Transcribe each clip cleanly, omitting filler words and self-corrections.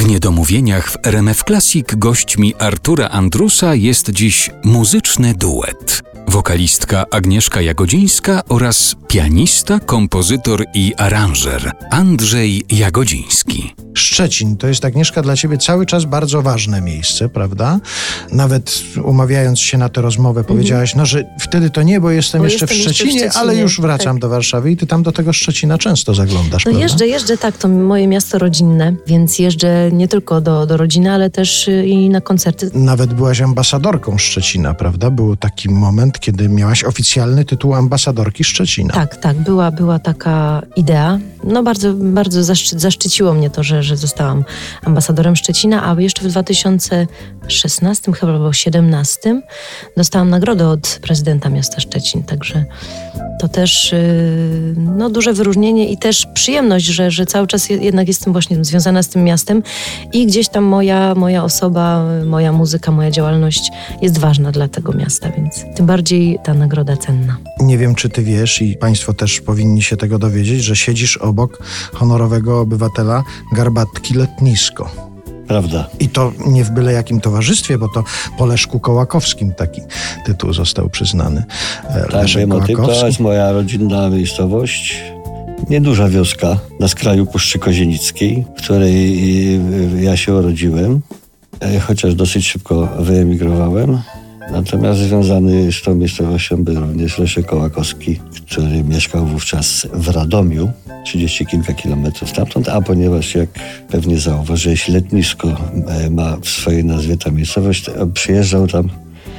W Niedomówieniach w RMF Classic gośćmi Artura Andrusa jest dziś muzyczny duet. Wokalistka Agnieszka Jagodzińska oraz pianista, kompozytor i aranżer Andrzej Jagodziński. Szczecin to jest, Agnieszka, dla ciebie cały czas bardzo ważne miejsce, prawda? Nawet umawiając się na tę rozmowę powiedziałaś, że wtedy to nie, bo jestem jeszcze w Szczecinie, ale już wracam do Warszawy i ty tam do tego Szczecina często zaglądasz, prawda? Jeżdżę, tak, to moje miasto rodzinne, więc jeżdżę nie tylko do rodziny, ale też i na koncerty. Nawet byłaś ambasadorką Szczecina, prawda? Był taki moment, kiedy miałaś oficjalny tytuł ambasadorki Szczecina. Tak, była taka idea. Bardzo zaszczyciło mnie to, że zostałam ambasadorem Szczecina, a jeszcze w 2016 chyba albo 2017 dostałam nagrodę od prezydenta miasta Szczecin, także to też duże wyróżnienie i też przyjemność, że cały czas jednak jestem właśnie związana z tym miastem i gdzieś tam moja osoba, moja muzyka, moja działalność jest ważna dla tego miasta, więc tym bardziej ta nagroda cenna. Nie wiem, czy ty wiesz i państwo też powinni się tego dowiedzieć, że siedzisz obok honorowego obywatela Garbatki Letnisko. Prawda. I to nie w byle jakim towarzystwie, bo to po Leszku Kołakowskim taki tytuł został przyznany. Tak, wiem o tym. To jest moja rodzinna miejscowość. Nieduża wioska na skraju Puszczy Kozienickiej, w której ja się urodziłem, chociaż dosyć szybko wyemigrowałem. Natomiast związany z tą miejscowością był również Leszek Kołakowski, który mieszkał wówczas w Radomiu, 30 kilka kilometrów stamtąd, a ponieważ, jak pewnie zauważyłeś, Letnisko ma w swojej nazwie ta miejscowość, przyjeżdżał tam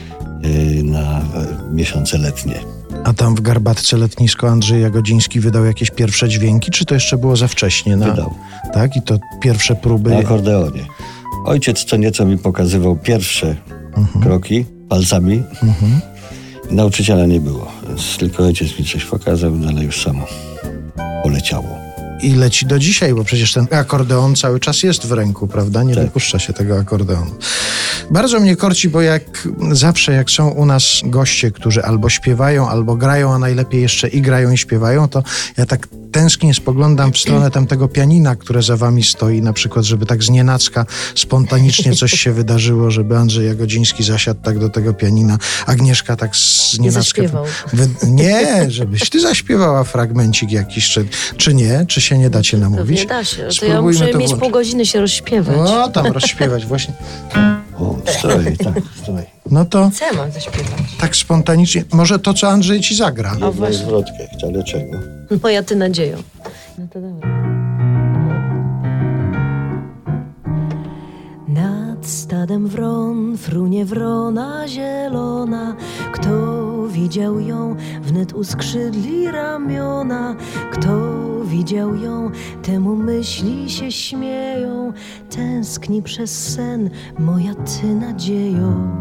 na miesiące letnie. A tam w Garbatce Letnisko Andrzej Jagodziński wydał jakieś pierwsze dźwięki, czy to jeszcze było za wcześnie? Wydał. Tak? I to pierwsze próby... Na akordeonie. Ojciec co nieco mi pokazywał pierwsze kroki palcami. Nauczyciela nie było, więc tylko ojciec mi coś pokazał, ale już samo poleciało. I leci do dzisiaj, bo przecież ten akordeon cały czas jest w ręku, prawda? Nie wypuszcza się tego akordeonu. Bardzo mnie korci, bo jak zawsze, jak są u nas goście, którzy albo śpiewają, albo grają, a najlepiej jeszcze i grają, i śpiewają, to ja tak tęsknię spoglądam w stronę tamtego pianina, które za wami stoi, na przykład, żeby tak znienacka, spontanicznie coś się wydarzyło, żeby Andrzej Jagodziński zasiadł tak do tego pianina, Agnieszka tak znienacka... Nie, żebyś ty zaśpiewała fragmencik jakiś, czy nie? Czy się nie dacie namówić? Nie da się, to ja muszę mieć pół godziny się rozśpiewać. O, tam rozśpiewać właśnie. O, stoi. No to Co ja mam zaśpiewać? tak spontanicznie. Może to, co Andrzej ci zagra. Jedną zwrotkę, ale czego? Moja ty nadzieją. No to dobra. Nad stadem wron frunie wrona zielona. Kto widział ją, wnet uskrzydli ramiona. Kto widział ją, temu myśli się śmieją. Tęskni przez sen, moja ty nadzieją.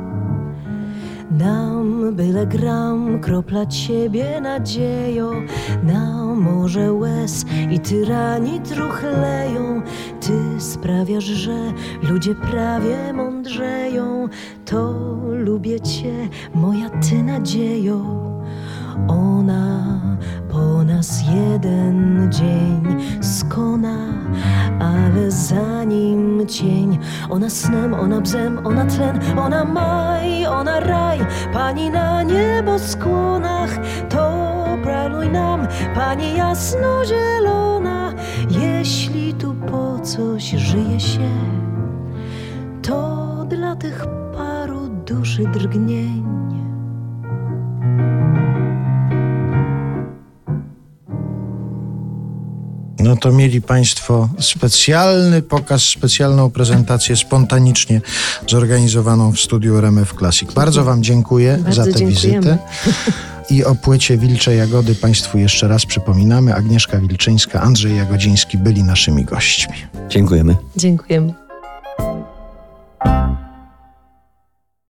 Dam byle gram, kropla ciebie nadzieją. Na morze łez i tyrani truchleją. Ty sprawiasz, że ludzie prawie mądrzeją. To lubię cię, moja ty nadzieją. Ona po nas jeden dzień skona, ale za nim cień. Ona snem, ona bzem, ona tlen, ona maj, ona raj. Pani na nieboskłonach, to praluj nam, Pani jasno zielona. Jeśli tu po coś żyje się, to dla tych paru duszy drgnień. No to mieli państwo specjalny pokaz, specjalną prezentację spontanicznie zorganizowaną w studiu RMF Classic. Bardzo wam dziękuję za tę wizytę. I o płycie Wilcze Jagody państwu jeszcze raz przypominamy. Agnieszka Wilczyńska, Andrzej Jagodziński byli naszymi gośćmi. Dziękujemy. Dziękujemy.